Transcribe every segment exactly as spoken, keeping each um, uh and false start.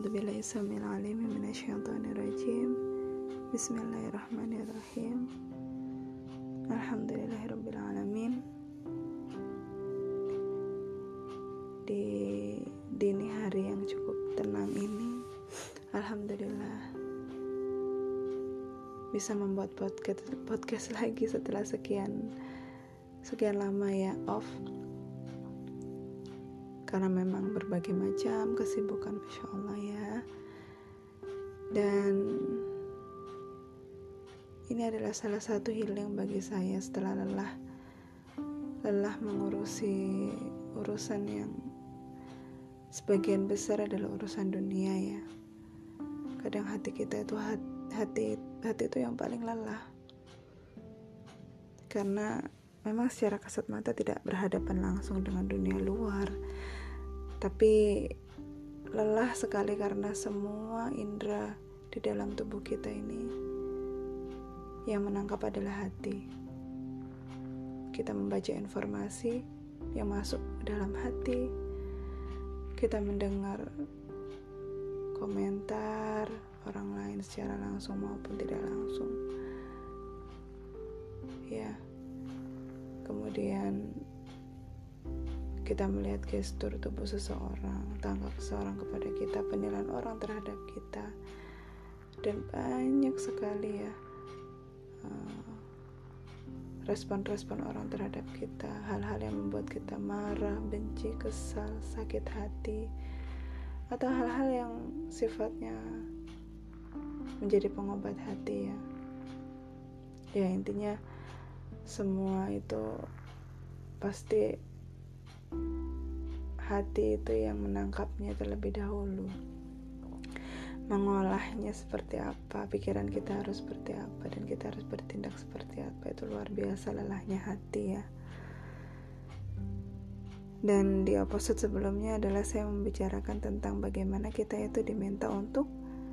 A'udzubillahi samil alim minasyaitonir rajim. Bismillahirrahmanirrahim. Alhamdulillahirabbil alamin. Di dini hari yang cukup tenang ini, alhamdulillah bisa membuat podcast podcast lagi setelah sekian sekian lama ya off. Karena memang berbagai macam kesibukan, Masya Allah ya. Dan ini adalah salah satu healing bagi saya setelah lelah lelah mengurusi urusan yang sebagian besar adalah urusan dunia ya. Kadang hati kita itu hati hati itu yang paling lelah, karena memang secara kasat mata tidak berhadapan langsung dengan dunia luar, tapi lelah sekali karena semua indera di dalam tubuh kita ini yang menangkap adalah hati. Kita membaca informasi yang masuk ke dalam hati, kita mendengar komentar orang lain secara langsung maupun tidak langsung ya. Kemudian kita melihat gestur tubuh seseorang, tanggap seseorang kepada kita, penilaian orang terhadap kita, dan banyak sekali ya uh, respon-respon orang terhadap kita, hal-hal yang membuat kita marah, benci, kesal, sakit hati, atau hal-hal yang sifatnya menjadi pengobat hati ya. Ya intinya semua itu pasti hati itu yang menangkapnya terlebih dahulu, mengolahnya seperti apa, pikiran kita harus seperti apa, dan kita harus bertindak seperti apa. Itu luar biasa lelahnya hati ya. Dan di episode sebelumnya adalah saya membicarakan tentang bagaimana kita itu diminta untuk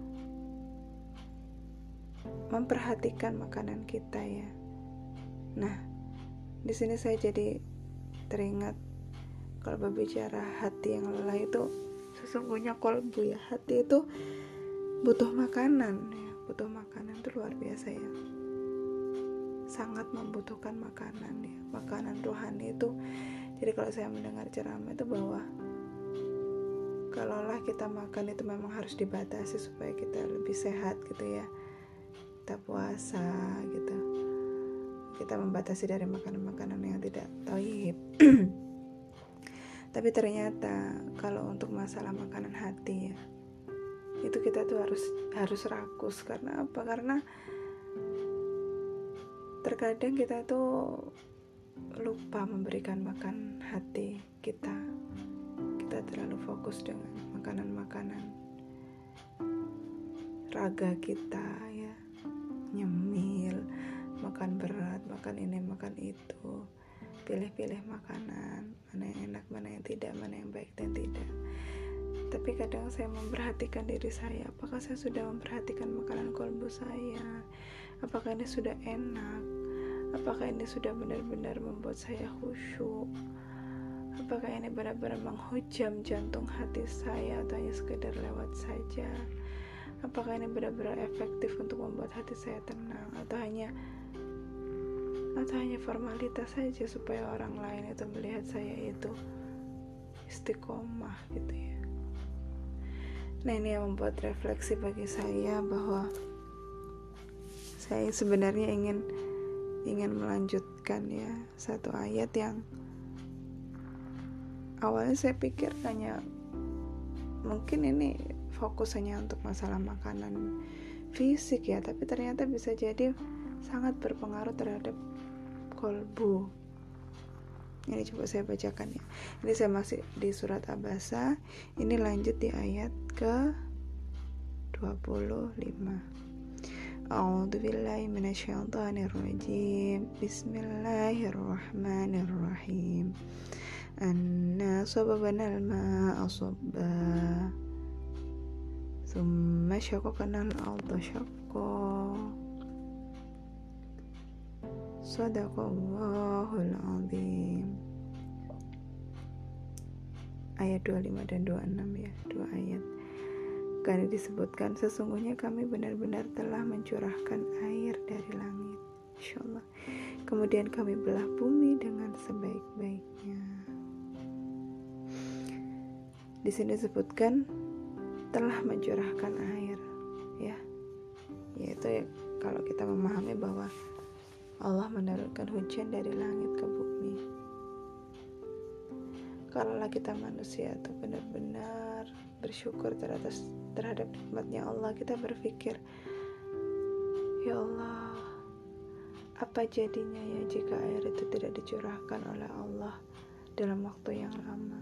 memperhatikan makanan kita ya. Nah, di sini saya jadi teringat kalau berbicara hati yang lelah itu sesungguhnya kolbu ya. Hati itu butuh makanan ya, butuh makanan itu luar biasa ya. Sangat membutuhkan makanan ya, makanan rohani itu. Jadi kalau saya mendengar ceramah itu bahwa kalaulah kita makan itu memang harus dibatasi supaya kita lebih sehat gitu ya. Kita puasa gitu. Kita membatasi dari makanan-makanan yang tidak thayyib. Tapi ternyata kalau untuk masalah makanan hati ya, itu kita tuh harus harus rakus. Karena apa? Karena terkadang kita tuh lupa memberikan makan hati kita. Kita terlalu fokus dengan makanan-makanan raga kita ya, nyemil, makan berat, makan ini, makan itu, pilih-pilih makanan, mana yang enak, mana yang tidak, mana yang baik dan tidak. Tapi kadang saya memperhatikan diri saya, apakah saya sudah memperhatikan makanan kolbu saya? Apakah ini sudah enak? Apakah ini sudah benar-benar membuat saya khusyuk? Apakah ini benar-benar menghujam jantung hati saya atau hanya sekedar lewat saja? Apakah ini benar-benar efektif untuk membuat hati saya tenang, atau hanya atau hanya formalitas saja supaya orang lain itu melihat saya itu istiqomah gitu ya. Nah, ini yang membuat refleksi bagi saya bahwa saya sebenarnya ingin ingin melanjutkan ya satu ayat yang awalnya saya pikir hanya mungkin ini fokus hanya untuk masalah makanan fisik ya, tapi ternyata bisa jadi sangat berpengaruh terhadap kolbu. Ini coba saya bacakan ya. Ini saya masih di surat Abasa. Ini lanjut di ayat ke dua puluh lima. A'udzubillahi minasyaitonir rajim. Bismillahirrahmanirrahim. Anna sababana al-ma'a sabba. Tsumma syaqaqna al-arda syaqqa. Sadaqallahul azim. Ayat dua puluh lima dan dua puluh enam ya, dua ayat. Karena disebutkan sesungguhnya kami benar-benar telah mencurahkan air dari langit, insyaallah. Kemudian kami belah bumi dengan sebaik-baiknya. Di sini disebutkan telah mencurahkan air, ya, yaitu ya, kalau kita memahami bahwa Allah menurunkan hujan dari langit ke bumi. Kalaulah kita manusia itu benar-benar bersyukur terhadap terhadap nikmatnya Allah, kita berpikir, ya Allah, apa jadinya ya jika air itu tidak dicurahkan oleh Allah dalam waktu yang lama.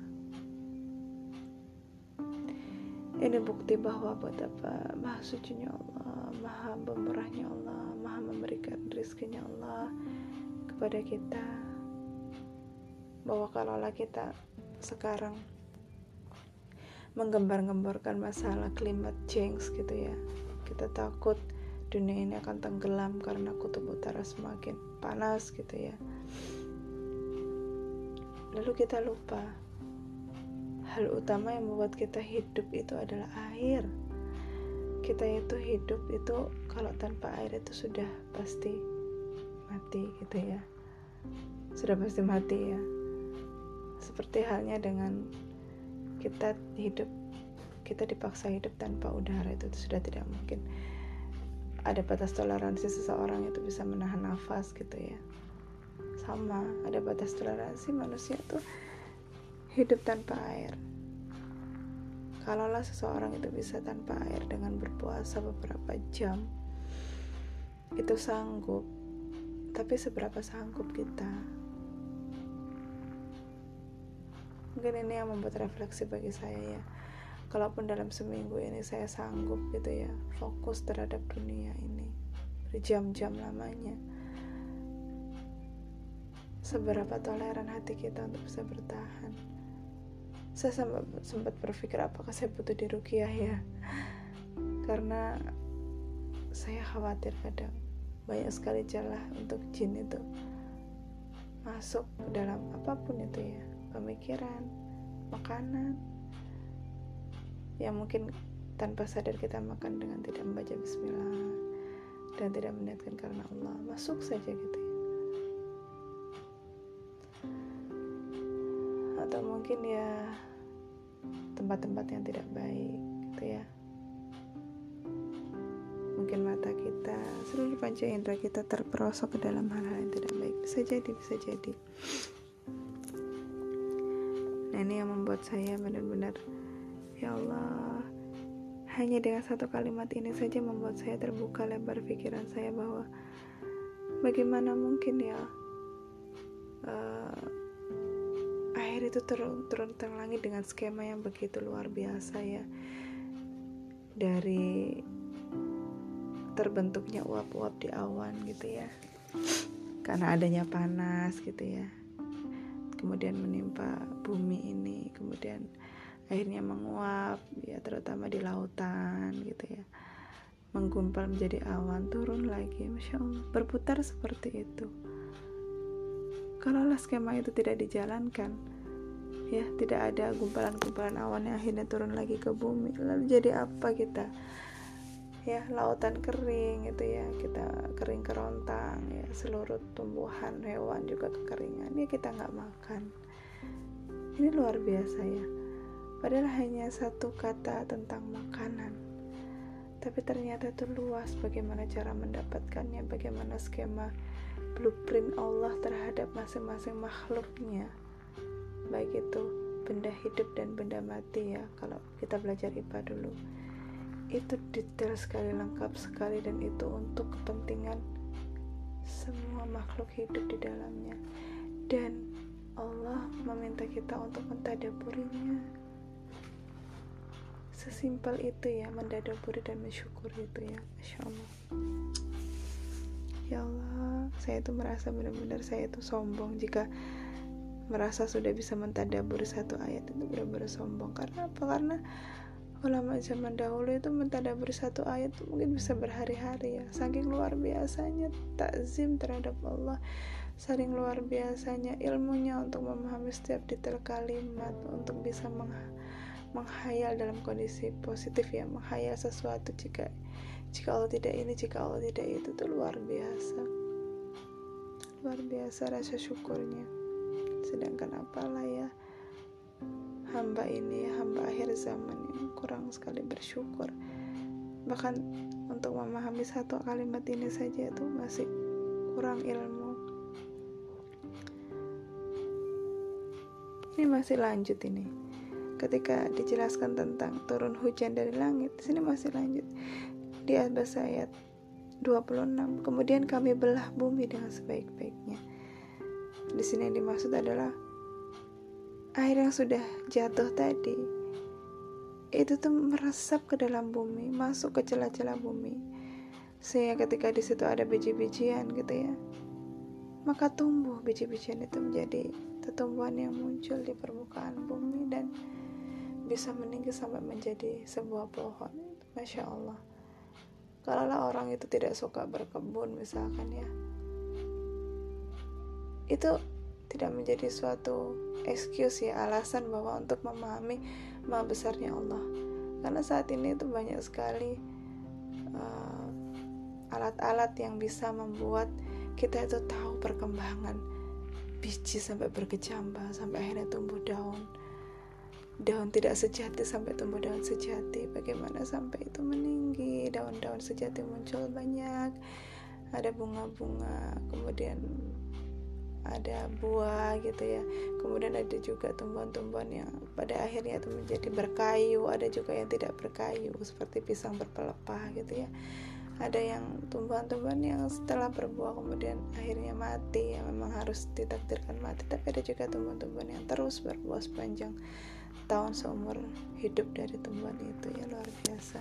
Ini bukti bahwa betapa maha sucinya Allah, maha pemurahnya Allah, maha memberikan rizkinya Allah kepada kita. Bahwa kalaulah kita sekarang menggembar-gemborkan masalah climate change gitu ya, kita takut dunia ini akan tenggelam karena kutub utara semakin panas gitu ya, lalu kita lupa hal utama yang membuat kita hidup itu adalah air. Kita itu hidup itu kalau tanpa air itu sudah pasti mati gitu ya, sudah pasti mati ya. Seperti halnya dengan kita hidup, kita dipaksa hidup tanpa udara, itu, itu sudah tidak mungkin. Ada batas toleransi seseorang itu bisa menahan nafas gitu ya. Sama, ada batas toleransi manusia itu hidup tanpa air. Kalaulah seseorang itu bisa tanpa air dengan berpuasa beberapa jam, itu sanggup. Tapi seberapa sanggup kita? Mungkin ini yang membuat refleksi bagi saya ya. Kalaupun dalam seminggu ini saya sanggup gitu ya, fokus terhadap dunia ini berjam-jam lamanya, seberapa toleran hati kita untuk bisa bertahan. Saya sempat, sempat berpikir apakah saya butuh diruqyah ya, karena saya khawatir kadang banyak sekali celah untuk jin itu masuk ke dalam apapun itu ya, pemikiran, makanan, yang mungkin tanpa sadar kita makan dengan tidak membaca bismillah dan tidak meniatkan karena Allah, masuk saja gitu ya. Atau mungkin ya tempat-tempat yang tidak baik gitu ya, mungkin mata kita, seluruh panca indera kita terperosok ke dalam hal-hal yang tidak baik. Bisa jadi, bisa jadi. Nah ini yang membuat saya benar-benar, ya Allah, hanya dengan satu kalimat ini saja membuat saya terbuka lebar pikiran saya bahwa bagaimana mungkin ya uh, air itu turun turun ke langit dengan skema yang begitu luar biasa ya, dari terbentuknya uap-uap di awan gitu ya, karena adanya panas gitu ya, kemudian menimpa bumi ini, kemudian akhirnya menguap ya, terutama di lautan gitu ya, menggumpal menjadi awan, turun lagi, Masya Allah, berputar seperti itu. Kalaulah skema itu tidak dijalankan ya, tidak ada gumpalan-gumpalan awan yang akhirnya turun lagi ke bumi, lalu jadi apa kita ya? Lautan kering gitu ya, kita kering kerontang ya, seluruh tumbuhan hewan juga kekeringan ya, kita nggak makan. Ini luar biasa ya, padahal hanya satu kata tentang makanan, tapi ternyata itu luas bagaimana cara mendapatkannya, bagaimana skema blueprint Allah terhadap masing-masing makhluknya, baik itu benda hidup dan benda mati ya. Kalau kita belajar I P A dulu, itu detail sekali, lengkap sekali, dan itu untuk kepentingan semua makhluk hidup di dalamnya, dan Allah meminta kita untuk mentadaburinya. Sesimpel itu ya, mendadaburi dan mensyukuri itu ya, Masya Allah. Ya Allah, saya itu merasa benar-benar saya itu sombong jika merasa sudah bisa mentadaburi satu ayat. Itu benar-benar sombong. Karena apa? Karena ulama zaman dahulu itu mentadaburi satu ayat itu mungkin bisa berhari-hari ya, saking luar biasanya takzim terhadap Allah, saking luar biasanya ilmunya untuk memahami setiap detail kalimat, untuk bisa meng- menghayal dalam kondisi positif ya, menghayal sesuatu jika jika Allah tidak ini, jika Allah tidak itu, tuh luar biasa, luar biasa rasa syukurnya. Sedangkan apalah ya, hamba ini, hamba akhir zaman yang kurang sekali bersyukur. Bahkan untuk memahami satu kalimat ini saja itu masih kurang ilmu. Ini masih lanjut ini. Ketika dijelaskan tentang turun hujan dari langit, di sini masih lanjut. Di atas ayat dua puluh enam, kemudian kami belah bumi dengan sebaik-baiknya. Di sini yang dimaksud adalah air yang sudah jatuh tadi itu tuh meresap ke dalam bumi, masuk ke celah-celah bumi, sehingga ketika di situ ada biji-bijian gitu ya, maka tumbuh biji-bijian itu menjadi tumbuhan yang muncul di permukaan bumi dan bisa meninggi sampai menjadi sebuah pohon. Masya Allah. Kalaulah orang itu tidak suka berkebun misalkan ya, itu tidak menjadi suatu excuse ya, alasan bahwa untuk memahami maha besarnya Allah. Karena saat ini itu banyak sekali uh, alat-alat yang bisa membuat kita itu tahu perkembangan biji sampai berkecambah, sampai akhirnya tumbuh daun. Daun tidak sejati sampai tumbuh daun sejati. Bagaimana sampai itu meninggi, daun-daun sejati muncul banyak, ada bunga-bunga, kemudian ada buah gitu ya, kemudian ada juga tumbuhan-tumbuhan yang pada akhirnya itu menjadi berkayu, ada juga yang tidak berkayu seperti pisang berpelepah gitu ya, ada yang tumbuhan-tumbuhan yang setelah berbuah kemudian akhirnya mati, yang memang harus ditakdirkan mati, tapi ada juga tumbuhan-tumbuhan yang terus berbuah sepanjang tahun seumur hidup dari tumbuhan itu ya, luar biasa.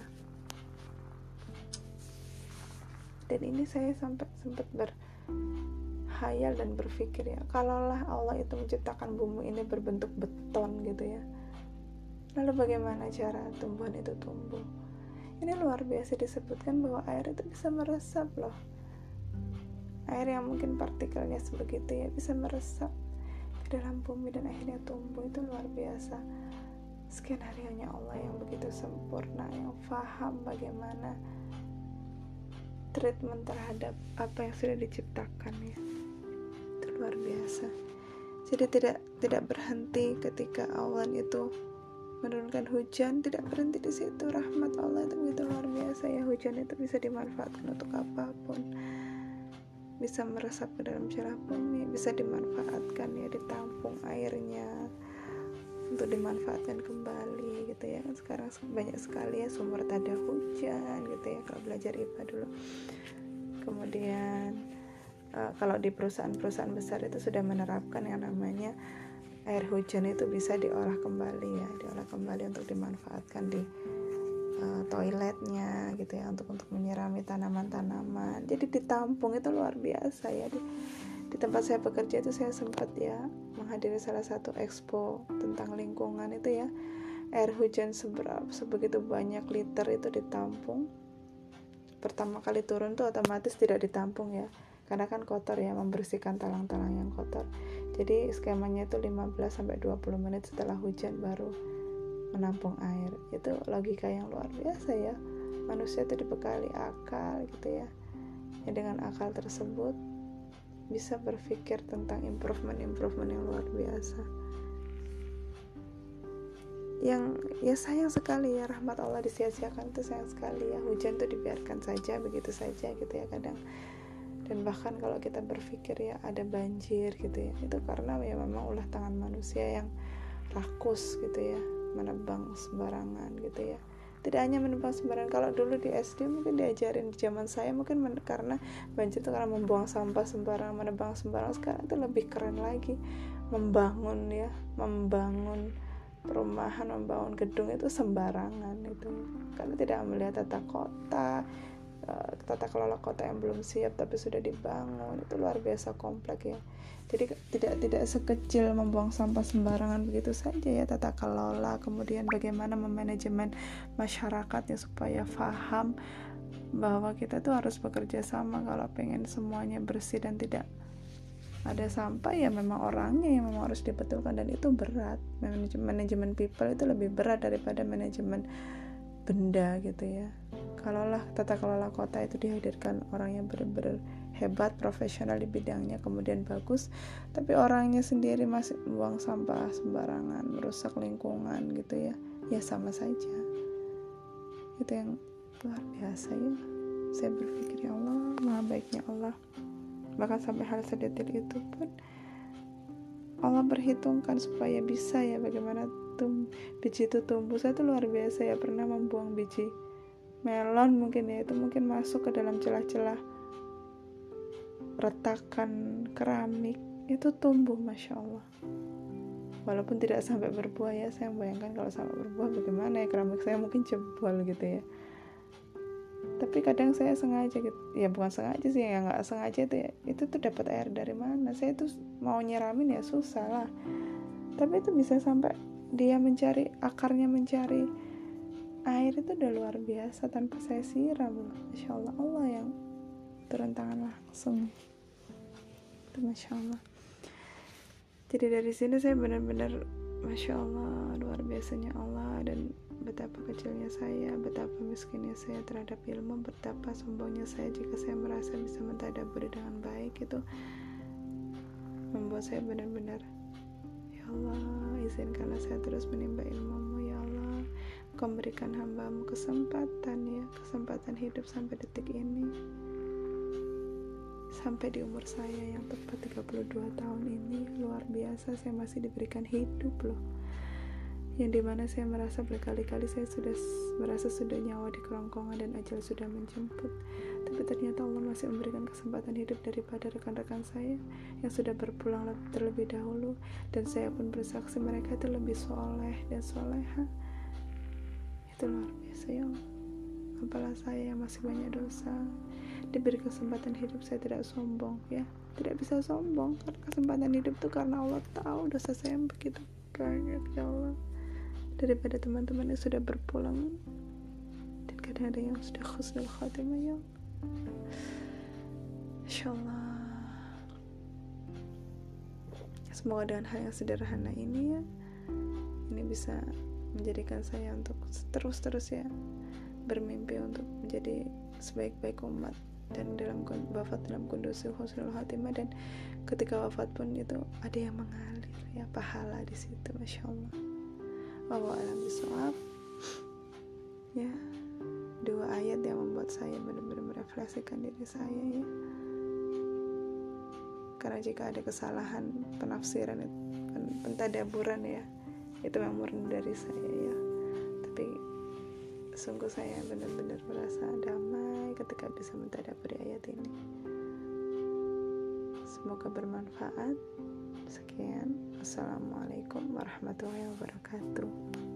Dan ini saya sampai sempat berhayal dan berpikir ya, kalaulah Allah itu menciptakan bumi ini berbentuk beton gitu ya, lalu bagaimana cara tumbuhan itu tumbuh? Ini luar biasa disebutkan bahwa air itu bisa meresap loh, air yang mungkin partikelnya sebegitu ya bisa meresap ke dalam bumi dan akhirnya tumbuh. Itu luar biasa. Skenario-nya Allah yang begitu sempurna, yang faham bagaimana treatment terhadap apa yang sudah diciptakan ya. Itu luar biasa. Jadi tidak tidak berhenti ketika Allah itu menurunkan hujan, tidak berhenti di situ. Rahmat Allah itu begitu luar biasa ya. Hujan itu bisa dimanfaatkan untuk apapun, bisa meresap ke dalam celah bumi, bisa dimanfaatkan ya, ditampung airnya untuk dimanfaatkan kembali gitu ya. Sekarang banyak sekali ya sumber tada hujan gitu ya kalau belajar I P A dulu. Kemudian uh, kalau di perusahaan-perusahaan besar itu sudah menerapkan yang namanya air hujan itu bisa diolah kembali ya, diolah kembali untuk dimanfaatkan di uh, toiletnya gitu ya, untuk untuk menyirami tanaman-tanaman. Jadi ditampung, itu luar biasa ya. Di, di tempat saya bekerja itu saya sempat ya menghadiri salah satu expo tentang lingkungan itu ya. Air hujan seberapa sebegitu banyak liter itu ditampung. Pertama kali turun tuh otomatis tidak ditampung ya, karena kan kotor ya, membersihkan talang-talang yang kotor. Jadi skemanya itu lima belas sampai dua puluh menit setelah hujan baru menampung air. Itu logika yang luar biasa ya. Manusia itu dibekali akal gitu ya. Ya dengan akal tersebut bisa berpikir tentang improvement-improvement yang luar biasa. Yang ya sayang sekali ya, rahmat Allah disia-siakan itu sayang sekali ya. Hujan tuh dibiarkan saja begitu saja gitu ya kadang. Dan bahkan kalau kita berpikir ya ada banjir gitu ya, itu karena ya memang ulah tangan manusia yang rakus gitu ya, menebang sembarangan gitu ya. Tidak hanya menebang sembarangan, kalau dulu di S D mungkin diajarin di zaman saya mungkin men- karena banjir itu karena membuang sampah sembarangan, menebang sembarangan. Sekarang itu lebih keren lagi, membangun ya, membangun perumahan, membangun gedung itu sembarangan itu, karena tidak melihat tata kota, tata kelola kota yang belum siap tapi sudah dibangun. Itu luar biasa kompleks ya. Jadi tidak tidak sekecil membuang sampah sembarangan begitu saja ya, tata kelola, kemudian bagaimana memanajemen masyarakatnya supaya paham bahwa kita tuh harus bekerja sama kalau pengen semuanya bersih dan tidak ada sampah ya memang orangnya yang memang harus dibetulkan, dan itu berat. Manajemen people itu lebih berat daripada manajemen benda gitu ya. Kalaulah tata kelola kota itu dihadirkan orang yang benar-benar hebat, profesional di bidangnya, kemudian bagus, tapi orangnya sendiri masih buang sampah sembarangan, merusak lingkungan gitu ya, ya sama saja. Itu yang luar biasa ya. Saya berpikir, ya Allah, maha baiknya Allah. Bahkan sampai hal sedetil itu pun Allah berhitungkan supaya bisa ya bagaimana tum, biji itu tumbuh. Saya tuh luar biasa ya, pernah membuang biji melon mungkin ya, itu mungkin masuk ke dalam celah-celah retakan keramik, itu tumbuh Masya Allah. Walaupun tidak sampai berbuah ya, saya membayangkan kalau sampai berbuah bagaimana ya, keramik saya mungkin jebol gitu ya. Tapi kadang saya sengaja gitu, ya bukan sengaja sih, ya nggak sengaja itu ya, itu tuh dapat air dari mana. Saya tuh mau nyiramin ya susah lah, tapi itu bisa sampai dia mencari, akarnya mencari air, itu udah luar biasa tanpa saya siram loh. Masya Allah, Allah yang turun tangan langsung, itu Masya Allah. Jadi dari sini saya benar-benar Masya Allah, luar biasanya Allah, dan betapa kecilnya saya, betapa miskinnya saya terhadap ilmu, betapa sombongnya saya jika saya merasa bisa mentadaburi dengan baik. Itu membuat saya benar-benar, ya Allah, izinkanlah saya terus menimba ilmu-Mu ya Allah. Kau berikan hamba-Mu kesempatan ya, kesempatan hidup sampai detik ini, sampai di umur saya yang tepat tiga puluh dua tahun ini. Luar biasa, saya masih diberikan hidup loh, yang dimana saya merasa berkali-kali saya sudah merasa sudah nyawa di kerongkongan dan ajal sudah menjemput, tapi ternyata Allah masih memberikan kesempatan hidup daripada rekan-rekan saya yang sudah berpulang terlebih dahulu, dan saya pun bersaksi mereka itu lebih soleh dan soleha. Itu luar biasa ya Allah. Apalah saya yang masih banyak dosa, diberi kesempatan hidup, saya tidak sombong ya, tidak bisa sombong karena kesempatan hidup itu karena Allah tahu dosa saya yang begitu banyak ya Allah, daripada teman-teman yang sudah berpulang dan kadang ada yang sudah khusnul khatimah ya Allah. Insyaallah semoga dengan hal yang sederhana ini ya, ini bisa menjadikan saya untuk terus-terus ya bermimpi untuk menjadi sebaik-baik umat, dan dalam wafat dalam kondisi husnul khatimah, dan ketika wafat pun itu ada yang mengalir ya, pahala di situ Masya Allah. Wallahu a'lam bishawab. Ya, dua ayat yang membuat saya benar-benar merefleksikan diri saya ya. Karena jika ada kesalahan penafsiran, pentadaburan ya, itu memang murni dari saya ya. Tapi sungguh saya benar-benar merasa damai ketika bisa mentadaburi ayat ini. Semoga bermanfaat. Sekian. Assalamualaikum warahmatullahi wabarakatuh.